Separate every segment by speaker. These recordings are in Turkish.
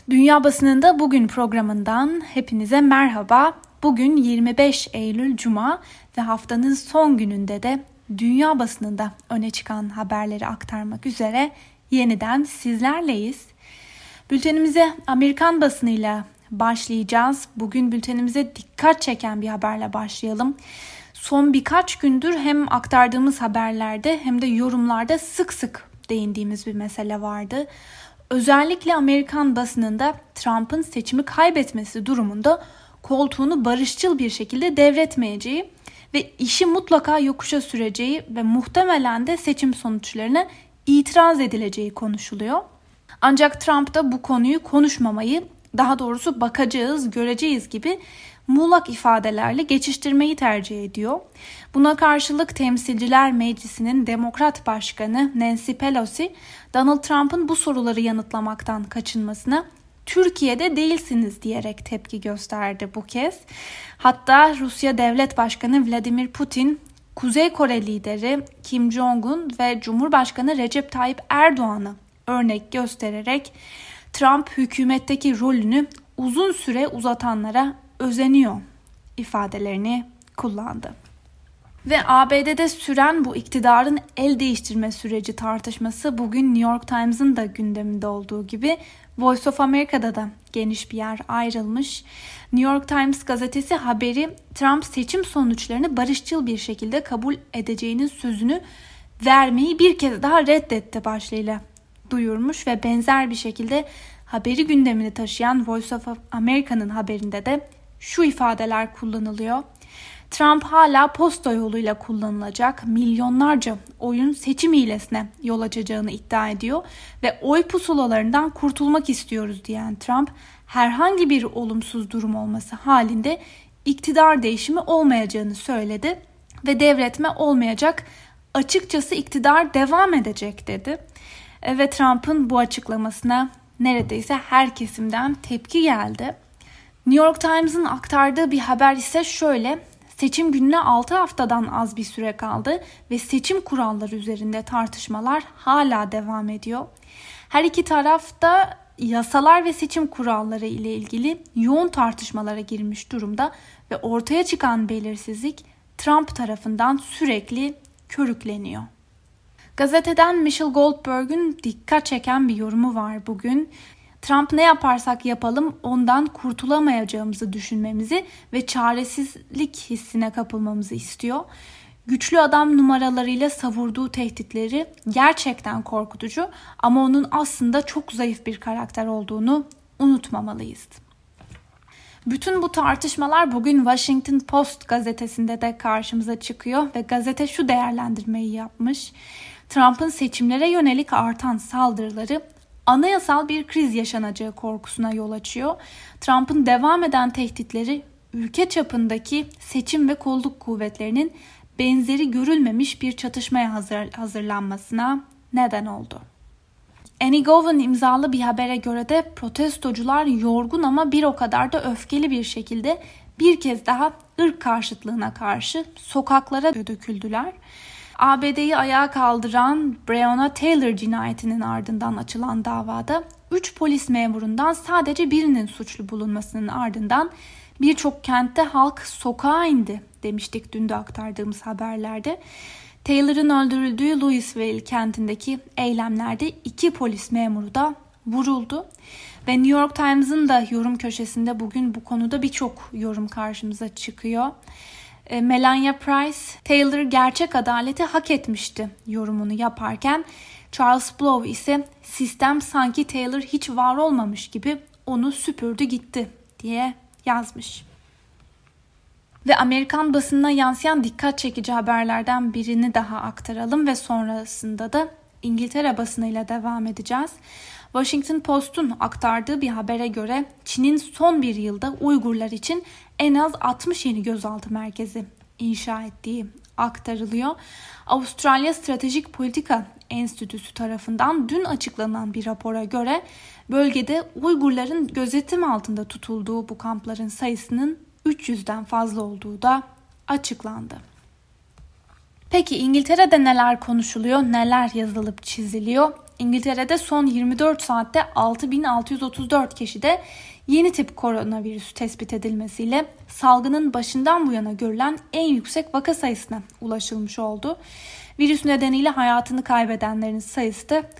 Speaker 1: Dünya Basınında Bugün programından hepinize merhaba. Bugün 25 Eylül Cuma ve haftanın son gününde de dünya basınında öne çıkan haberleri aktarmak üzere yeniden sizlerleyiz. Bültenimize Amerikan basınıyla başlayacağız. Bugün bültenimize dikkat çeken bir haberle başlayalım. Son birkaç gündür hem aktardığımız haberlerde hem de yorumlarda sık sık değindiğimiz bir mesele vardı. Özellikle Amerikan basınında Trump'ın seçimi kaybetmesi durumunda koltuğunu barışçıl bir şekilde devretmeyeceği ve işi mutlaka yokuşa süreceği ve muhtemelen de seçim sonuçlarına itiraz edileceği konuşuluyor. Ancak Trump da bu konuyu konuşmamayı, daha doğrusu bakacağız, göreceğiz gibi muğlak ifadelerle geçiştirmeyi tercih ediyor. Buna karşılık Temsilciler Meclisi'nin Demokrat Başkanı Nancy Pelosi, Donald Trump'ın bu soruları yanıtlamaktan kaçınmasına Türkiye'de değilsiniz diyerek tepki gösterdi bu kez. Hatta Rusya Devlet Başkanı Vladimir Putin, Kuzey Kore lideri Kim Jong-un ve Cumhurbaşkanı Recep Tayyip Erdoğan'ı örnek göstererek Trump hükümetteki rolünü uzun süre uzatanlara özeniyor ifadelerini kullandı. Ve ABD'de süren bu iktidarın el değiştirme süreci tartışması bugün New York Times'ın da gündeminde olduğu gibi Voice of America'da da geniş bir yer ayrılmış. New York Times gazetesi haberi Trump seçim sonuçlarını barışçıl bir şekilde kabul edeceğinin sözünü vermeyi bir kez daha reddetti başlığıyla duyurmuş ve benzer bir şekilde haberi gündemini taşıyan Voice of America'nın haberinde de şu ifadeler kullanılıyor. Trump hala posta yoluyla kullanılacak milyonlarca oyun seçim hilesine yol açacağını iddia ediyor ve oy pusulalarından kurtulmak istiyoruz diyen Trump, herhangi bir olumsuz durum olması halinde iktidar değişimi olmayacağını söyledi ve devretme olmayacak, açıkçası iktidar devam edecek dedi. Ve Trump'ın bu açıklamasına neredeyse her kesimden tepki geldi. New York Times'ın aktardığı bir haber ise şöyle: seçim gününe 6 haftadan az bir süre kaldı ve seçim kuralları üzerinde tartışmalar hala devam ediyor. Her iki taraf da yasalar ve seçim kuralları ile ilgili yoğun tartışmalara girmiş durumda ve ortaya çıkan belirsizlik Trump tarafından sürekli körükleniyor. Gazeteden Michelle Goldberg'ün dikkat çeken bir yorumu var bugün. Trump ne yaparsak yapalım ondan kurtulamayacağımızı düşünmemizi ve çaresizlik hissine kapılmamızı istiyor. Güçlü adam numaralarıyla savurduğu tehditleri gerçekten korkutucu ama onun aslında çok zayıf bir karakter olduğunu unutmamalıyız. Bütün bu tartışmalar bugün Washington Post gazetesinde de karşımıza çıkıyor ve gazete şu değerlendirmeyi yapmış: Trump'ın seçimlere yönelik artan saldırıları anayasal bir kriz yaşanacağı korkusuna yol açıyor. Trump'ın devam eden tehditleri ülke çapındaki seçim ve kolluk kuvvetlerinin benzeri görülmemiş bir çatışmaya hazırlanmasına neden oldu. Annie Gowan imzalı bir habere göre de protestocular yorgun ama bir o kadar da öfkeli bir şekilde bir kez daha ırk karşıtlığına karşı sokaklara döküldüler. ABD'yi ayağa kaldıran Breonna Taylor cinayetinin ardından açılan davada 3 polis memurundan sadece birinin suçlu bulunmasının ardından birçok kentte halk sokağa indi demiştik dün de aktardığımız haberlerde. Taylor'ın öldürüldüğü Louisville kentindeki eylemlerde 2 polis memuru da vuruldu. Ve New York Times'ın da yorum köşesinde bugün bu konuda birçok yorum karşımıza çıkıyor. Melania Price, Taylor gerçek adaleti hak etmişti yorumunu yaparken, Charles Blow ise sistem sanki Taylor hiç var olmamış gibi onu süpürdü gitti diye yazmış. Ve Amerikan basınına yansıyan dikkat çekici haberlerden birini daha aktaralım ve sonrasında da İngiltere basınıyla devam edeceğiz. Washington Post'un aktardığı bir habere göre Çin'in son bir yılda Uygurlar için en az 60 yeni gözaltı merkezi inşa ettiği aktarılıyor. Avustralya Stratejik Politika Enstitüsü tarafından dün açıklanan bir rapora göre bölgede Uygurların gözetim altında tutulduğu bu kampların sayısının 300'den fazla olduğu da açıklandı. Peki İngiltere'de neler konuşuluyor, neler yazılıp çiziliyor? İngiltere'de son 24 saatte 6.634 kişide yeni tip koronavirüs tespit edilmesiyle salgının başından bu yana görülen en yüksek vaka sayısına ulaşılmış oldu. Virüs nedeniyle hayatını kaybedenlerin sayısı da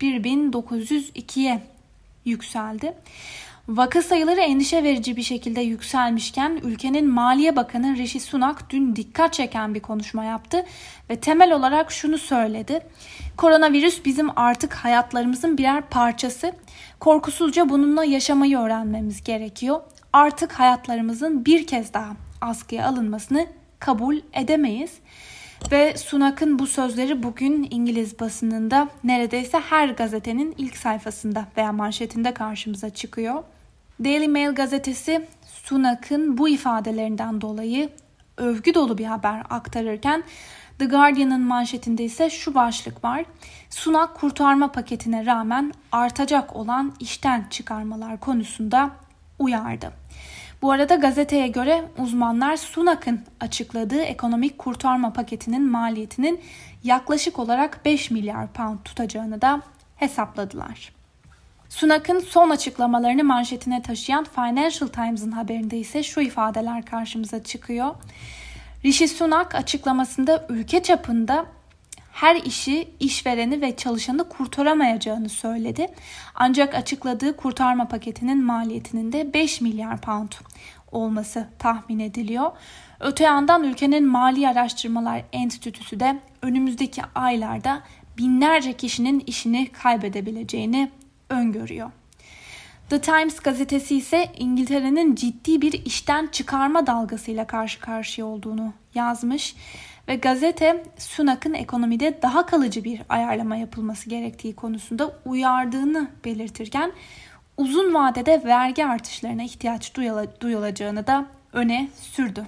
Speaker 1: 41.902'ye yükseldi. Vaka sayıları endişe verici bir şekilde yükselmişken ülkenin Maliye Bakanı Rishi Sunak dün dikkat çeken bir konuşma yaptı ve temel olarak şunu söyledi. Koronavirüs bizim artık hayatlarımızın birer parçası. Korkusuzca bununla yaşamayı öğrenmemiz gerekiyor. Artık hayatlarımızın bir kez daha askıya alınmasını kabul edemeyiz. Ve Sunak'ın bu sözleri bugün İngiliz basınında neredeyse her gazetenin ilk sayfasında veya manşetinde karşımıza çıkıyor. Daily Mail gazetesi Sunak'ın bu ifadelerinden dolayı övgü dolu bir haber aktarırken The Guardian'ın manşetinde ise şu başlık var. Sunak kurtarma paketine rağmen artacak olan işten çıkarmalar konusunda uyardı. Bu arada gazeteye göre uzmanlar Sunak'ın açıkladığı ekonomik kurtarma paketinin maliyetinin yaklaşık olarak 5 milyar pound tutacağını da hesapladılar. Sunak'ın son açıklamalarını manşetine taşıyan Financial Times'ın haberinde ise şu ifadeler karşımıza çıkıyor. Rishi Sunak açıklamasında ülke çapında her işi, işvereni ve çalışanı kurtaramayacağını söyledi. Ancak açıkladığı kurtarma paketinin maliyetinin de 5 milyar pound olması tahmin ediliyor. Öte yandan ülkenin Mali Araştırmalar Enstitüsü de önümüzdeki aylarda binlerce kişinin işini kaybedebileceğini öngörüyor. The Times gazetesi ise İngiltere'nin ciddi bir işten çıkarma dalgasıyla karşı karşıya olduğunu yazmış ve gazete Sunak'ın ekonomide daha kalıcı bir ayarlama yapılması gerektiği konusunda uyardığını belirtirken uzun vadede vergi artışlarına ihtiyaç duyulacağını da öne sürdü.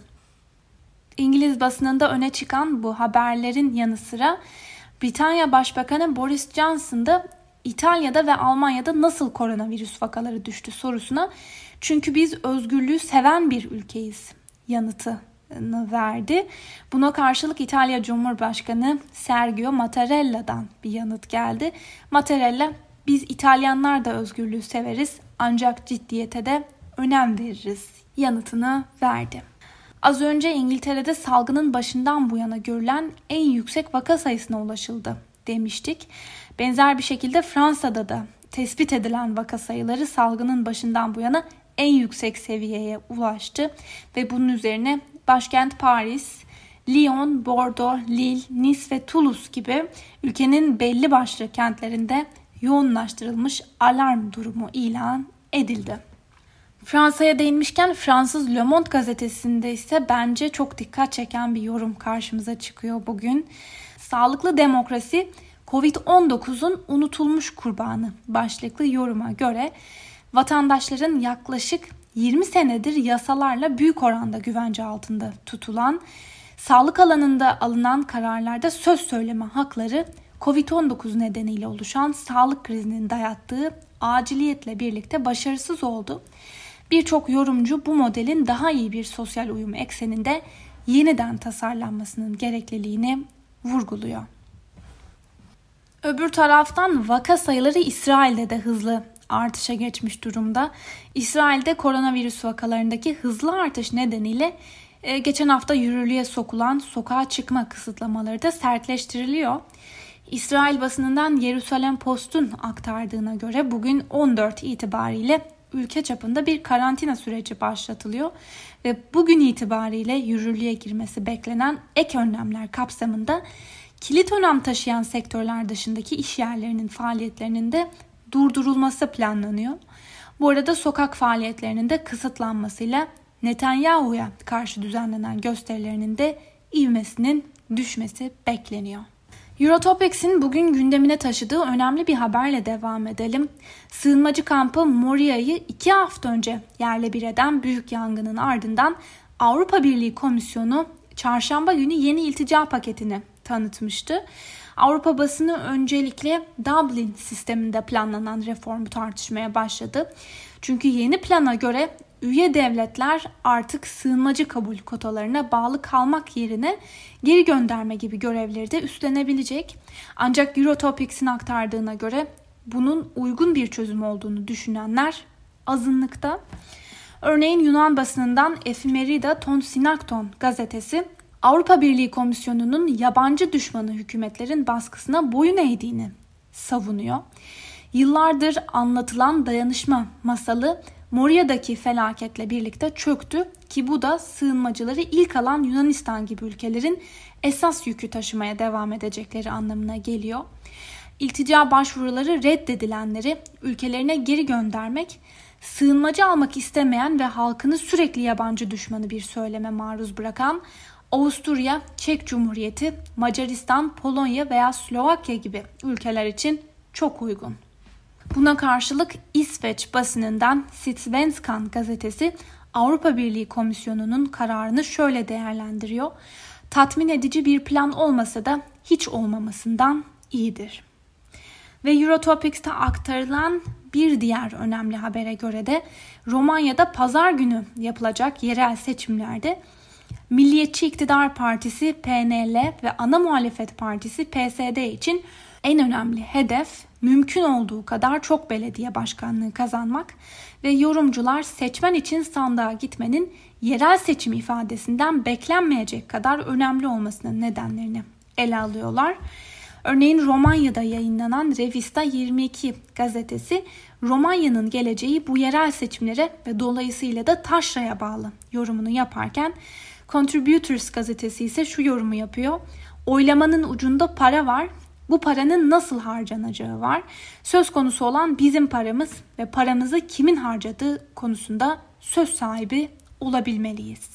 Speaker 1: İngiliz basınında öne çıkan bu haberlerin yanı sıra Britanya Başbakanı Boris Johnson da İtalya'da ve Almanya'da nasıl koronavirüs vakaları düştü sorusuna çünkü biz özgürlüğü seven bir ülkeyiz yanıtını verdi. Buna karşılık İtalya Cumhurbaşkanı Sergio Mattarella'dan bir yanıt geldi. Mattarella biz İtalyanlar da özgürlüğü severiz ancak ciddiyete de önem veririz yanıtını verdi. Az önce İngiltere'de salgının başından bu yana görülen en yüksek vaka sayısına ulaşıldı demiştik. Benzer bir şekilde Fransa'da da tespit edilen vaka sayıları salgının başından bu yana en yüksek seviyeye ulaştı ve bunun üzerine başkent Paris, Lyon, Bordeaux, Lille, Nice ve Toulouse gibi ülkenin belli başlı kentlerinde yoğunlaştırılmış alarm durumu ilan edildi. Fransa'ya değinmişken Fransız Le Monde gazetesinde ise bence çok dikkat çeken bir yorum karşımıza çıkıyor bugün. Sağlıklı demokrasi Covid-19'un unutulmuş kurbanı başlıklı yoruma göre vatandaşların yaklaşık 20 senedir yasalarla büyük oranda güvence altında tutulan, sağlık alanında alınan kararlarda söz söyleme hakları Covid-19 nedeniyle oluşan sağlık krizinin dayattığı aciliyetle birlikte başarısız oldu. Birçok yorumcu bu modelin daha iyi bir sosyal uyum ekseninde yeniden tasarlanmasının gerekliliğini vurguluyor. Öbür taraftan vaka sayıları İsrail'de de hızlı artışa geçmiş durumda. İsrail'de koronavirüs vakalarındaki hızlı artış nedeniyle geçen hafta yürürlüğe sokulan sokağa çıkma kısıtlamaları da sertleştiriliyor. İsrail basınından Jerusalem Post'un aktardığına göre bugün 14 itibariyle ülke çapında bir karantina süreci başlatılıyor ve bugün itibariyle yürürlüğe girmesi beklenen ek önlemler kapsamında kilit önem taşıyan sektörler dışındaki iş yerlerinin faaliyetlerinin de durdurulması planlanıyor. Bu arada sokak faaliyetlerinin de kısıtlanmasıyla Netanyahu'ya karşı düzenlenen gösterilerinin de ivmesinin düşmesi bekleniyor. Eurotopics'in bugün gündemine taşıdığı önemli bir haberle devam edelim. Sığınmacı kampı Moria'yı 2 hafta önce yerle bir eden büyük yangının ardından Avrupa Birliği Komisyonu çarşamba günü yeni iltica paketini tanıtmıştı. Avrupa basını öncelikle Dublin sisteminde planlanan reformu tartışmaya başladı. Çünkü yeni plana göre üye devletler artık sığınmacı kabul kotalarına bağlı kalmak yerine geri gönderme gibi görevleri de üstlenebilecek. Ancak Eurotopics'in aktardığına göre bunun uygun bir çözüm olduğunu düşünenler azınlıkta. Örneğin Yunan basınından Efemerida ton Sinakton gazetesi Avrupa Birliği Komisyonu'nun yabancı düşmanı hükümetlerin baskısına boyun eğdiğini savunuyor. Yıllardır anlatılan dayanışma masalı Moria'daki felaketle birlikte çöktü ki bu da sığınmacıları ilk alan Yunanistan gibi ülkelerin esas yükü taşımaya devam edecekleri anlamına geliyor. İltica başvuruları reddedilenleri ülkelerine geri göndermek, sığınmacı almak istemeyen ve halkını sürekli yabancı düşmanı bir söyleme maruz bırakan Avusturya, Çek Cumhuriyeti, Macaristan, Polonya veya Slovakya gibi ülkeler için çok uygun. Buna karşılık İsveç basınından Sydsvenskan gazetesi Avrupa Birliği Komisyonu'nun kararını şöyle değerlendiriyor. Tatmin edici bir plan olmasa da hiç olmamasından iyidir. Ve Eurotopics'te aktarılan bir diğer önemli habere göre de Romanya'da pazar günü yapılacak yerel seçimlerde Milliyetçi İktidar Partisi PNL ve ana muhalefet partisi PSD için en önemli hedef mümkün olduğu kadar çok belediye başkanlığı kazanmak ve yorumcular seçmen için sandığa gitmenin yerel seçim ifadesinden beklenmeyecek kadar önemli olmasının nedenlerini ele alıyorlar. Örneğin Romanya'da yayınlanan Revista 22 gazetesi Romanya'nın geleceği bu yerel seçimlere ve dolayısıyla da taşraya bağlı yorumunu yaparken Contributors gazetesi ise şu yorumu yapıyor. Oylamanın ucunda para var. Bu paranın nasıl harcanacağı var. Söz konusu olan bizim paramız ve paramızı kimin harcadığı konusunda söz sahibi olabilmeliyiz.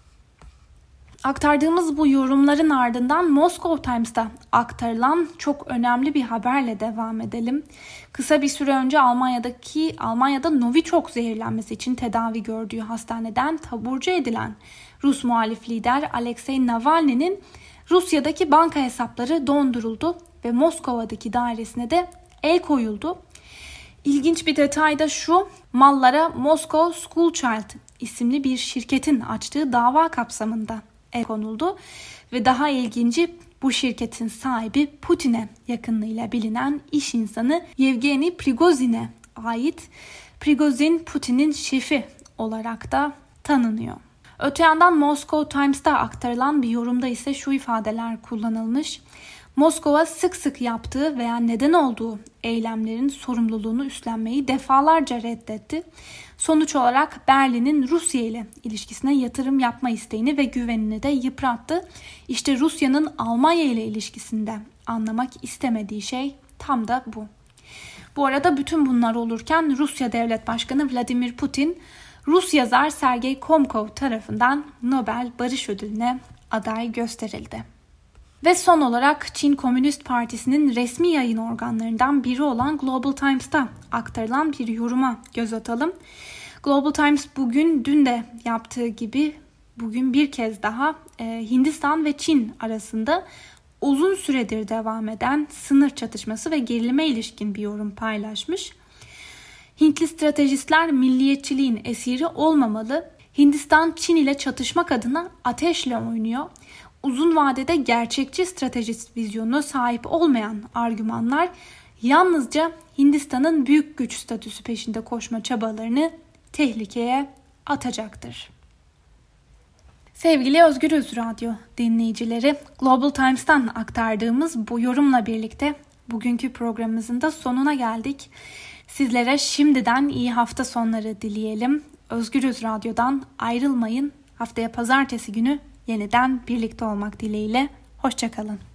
Speaker 1: Aktardığımız bu yorumların ardından Moscow Times'ta aktarılan çok önemli bir haberle devam edelim. Kısa bir süre önce Almanya'da Novichok zehirlenmesi için tedavi gördüğü hastaneden taburcu edilen Rus muhalif lider Alexei Navalny'nin Rusya'daki banka hesapları donduruldu ve Moskova'daki dairesine de el koyuldu. İlginç bir detay da şu, mallara Moscow Schoolchild isimli bir şirketin açtığı dava kapsamında el konuldu ve daha ilginci bu şirketin sahibi Putin'e yakınlığıyla bilinen iş insanı Yevgeni Prigozhin'e ait. Prigozhin Putin'in şefi olarak da tanınıyor. Öte yandan Moscow Times'ta aktarılan bir yorumda ise şu ifadeler kullanılmış. Moskova sık sık yaptığı veya neden olduğu eylemlerin sorumluluğunu üstlenmeyi defalarca reddetti. Sonuç olarak Berlin'in Rusya ile ilişkisine yatırım yapma isteğini ve güvenini de yıprattı. İşte Rusya'nın Almanya ile ilişkisinde anlamak istemediği şey tam da bu. Bu arada bütün bunlar olurken Rusya Devlet Başkanı Vladimir Putin, Rus yazar Sergey Komkov tarafından Nobel Barış Ödülü'ne aday gösterildi. Ve son olarak Çin Komünist Partisi'nin resmi yayın organlarından biri olan Global Times'ta aktarılan bir yoruma göz atalım. Global Times dün de yaptığı gibi bugün bir kez daha Hindistan ve Çin arasında uzun süredir devam eden sınır çatışması ve gerilime ilişkin bir yorum paylaşmış. Hintli stratejistler milliyetçiliğin esiri olmamalı. Hindistan Çin ile çatışmak adına ateşle oynuyor. Uzun vadede gerçekçi stratejist vizyonuna sahip olmayan argümanlar yalnızca Hindistan'ın büyük güç statüsü peşinde koşma çabalarını tehlikeye atacaktır. Sevgili Özgürüz Radyo dinleyicileri, Global Times'tan aktardığımız bu yorumla birlikte bugünkü programımızın da sonuna geldik. Sizlere şimdiden iyi hafta sonları dileyelim. Özgürüz Radyo'dan ayrılmayın. Haftaya pazartesi günü yeniden birlikte olmak dileğiyle. Hoşça kalın.